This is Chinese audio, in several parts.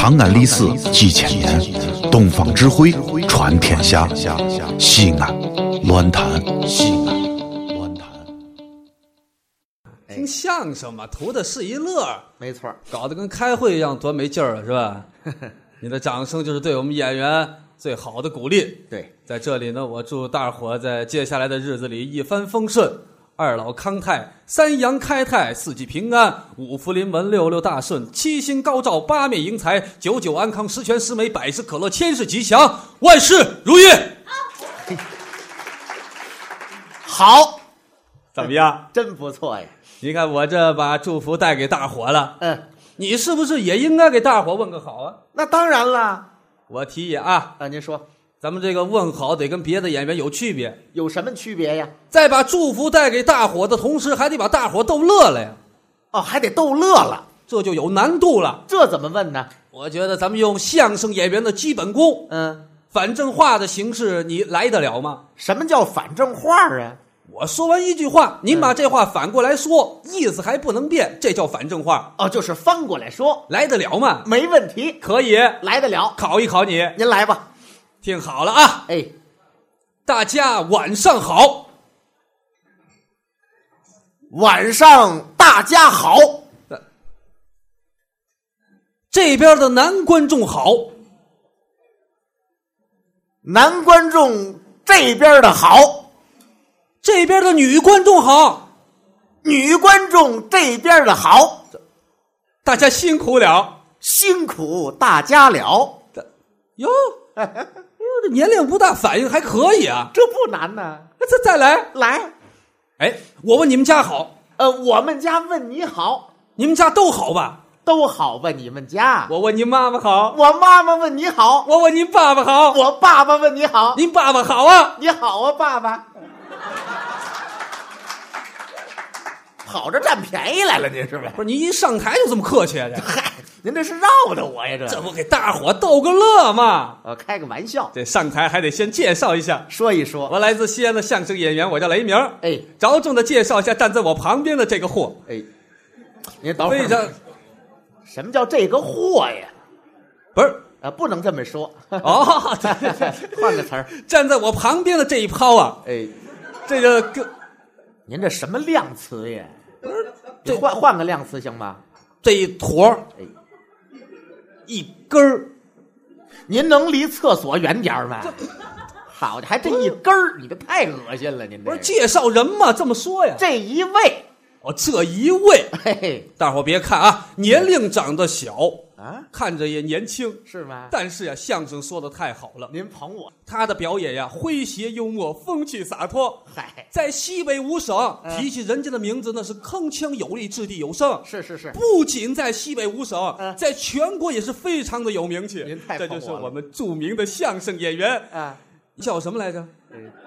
长安历史几千年，东方智慧传天下。西安乱谈西安乱谈。 听相声嘛，图的是一乐， 没错， 搞得跟开会一样，多没劲儿啊，是吧？你的掌声就是对我们演员最好的鼓励。 对， 在这里呢，我祝大伙在接下来的日子里一帆风顺，二老康泰，三阳开泰，四季平安，五福临门，六六大顺，七星高照，八面迎财，九九安康，十全十美，百事可乐，千事吉祥，万事如意。 好， 怎么样？ 真不错呀！ 你看我这把祝福带给大伙了， 你是不是也应该给大伙问个好啊？ 那当然了。 我提议啊， 您说， 咱们这个问好得跟别的演员有区别。 有什么区别呀？ 在把祝福带给大伙的同时，还得把大伙逗乐了呀。 哦，还得逗乐了， 这就有难度了。 这怎么问呢？ 我觉得咱们用相声演员的基本功，反正话的形式，你来得了吗？ 什么叫反正话啊？ 我说完一句话，您把这话反过来说，意思还不能变，这叫反正话。 哦，就是翻过来说， 来得了吗？ 没问题， 可以， 来得了， 考一考你。 您来吧。 听好了啊，大家晚上好。 晚上大家好。 这边的男观众好。 男观众这边的好。 这边的女观众好。 女观众这边的好。 大家辛苦了。 辛苦大家了。 哟，这年龄不大，反应还可以啊。 这不难呢。 再来。我问你们家好。 我们家问你好。 你们家都好吧？ 都好吧，你们家。 我问你妈妈好。 我妈妈问你好。 我问你爸爸好。 我爸爸问你好。 您爸爸好啊。 你好啊，爸爸。跑着占便宜来了，您是不是？ 不是，你一上台就这么客气啊？ 嗨，您这是绕的我呀， 这不给大伙逗个乐吗？ 开个玩笑。 这上台还得先介绍一下， 说一说。 我来自西安的相声演员，我叫雷明。着重的介绍一下站在我旁边的这个货。 您等会儿。什么叫这个货呀？ 不是不能这么说。 哦， 换个词儿。 站在我旁边的这一抛啊，这个您这什么量词呀？这换个量词行吗？ 这一坨一根儿， 您能离厕所远点吗？好的，还这一根儿，你这太恶心了，您这不是介绍人吗？这么说呀？ 这一位， 这一位，大伙别看啊，年龄长得小啊， 看着也年轻， 是吗？ 但是呀，相声说的太好了， 您捧我。 他的表演呀，诙谐幽默，风趣洒脱。在西北五省提起人家的名字，那是铿锵有力，掷地有声。 是。 不仅在西北五省，在全国也是非常的有名气。 您太捧我了。 这就是我们著名的相声演员啊。你叫什么来着？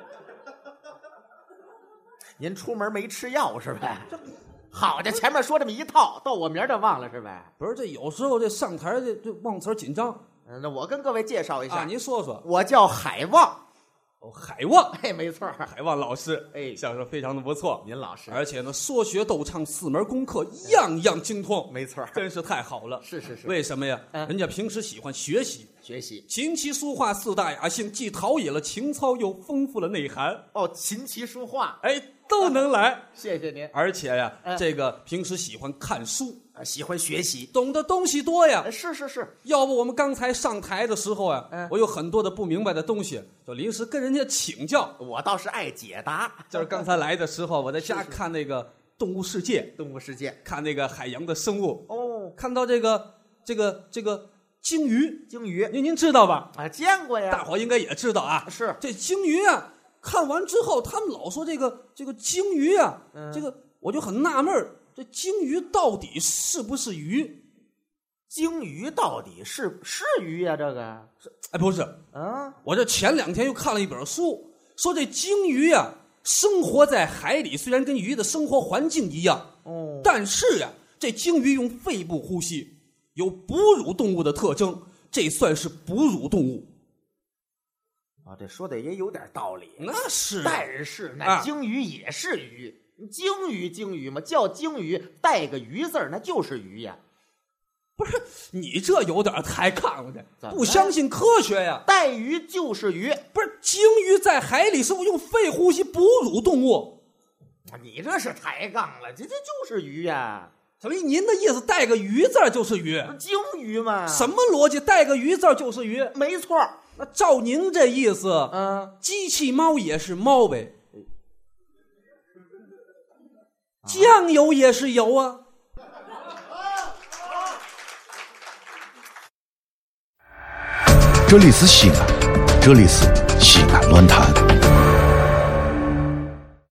您出门没吃药是吧？好的，前面说这么一套，到我名儿就忘了是吧？ 不是，这有时候这上台这忘词紧张。 那我跟各位介绍一下， 您说说。 我叫海旺。 海旺， 没错， 海旺老师，相声非常的不错。 您老师， 而且呢，说学逗唱4门功课，样样精通。 没错， 真是太好了。 是。 为什么呀？人家平时喜欢学习，琴棋书画4大雅兴，既陶冶了情操，又丰富了内涵。 琴棋书画， 都能来。 谢谢您。 而且呀，这个平时喜欢看书， 喜欢学习， 懂得东西多呀。 是。 要不我们刚才上台的时候啊，我有很多的不明白的东西，就临时跟人家请教。 我倒是爱解答。 就是刚才来的时候，我在家看那个动物世界，看那个海洋的生物。看到这个鲸鱼，您知道吧？ 见过呀。 大伙应该也知道啊。 是这鲸鱼啊，看完之后，他们老说这个鲸鱼啊，我就很纳闷，这鲸鱼到底是不是鱼？ 鲸鱼到底是鱼呀？这个不是我这前2天又看了一本书，说这鲸鱼啊，生活在海里，虽然跟鱼的生活环境一样，但是呀，这鲸鱼用肺部呼吸，有哺乳动物的特征，这算是哺乳动物。 这说的也有点道理。 那是， 但是那鲸鱼也是鱼，鲸鱼嘛，叫鲸鱼带个鱼字那就是鱼呀。 不是你这有点太看了的，不相信科学呀！ 带鱼就是鱼， 不是鲸鱼在海里是用肺呼吸哺乳动物。 你这是抬杠了，这就是鱼呀！ 什么？您的意思带个鱼字就是鱼？ 鲸鱼嘛？ 什么逻辑？带个鱼字就是鱼？ 没错。 那照您这意思，机器猫也是猫呗，酱油也是油啊。 这里是西安，这里是西安论坛。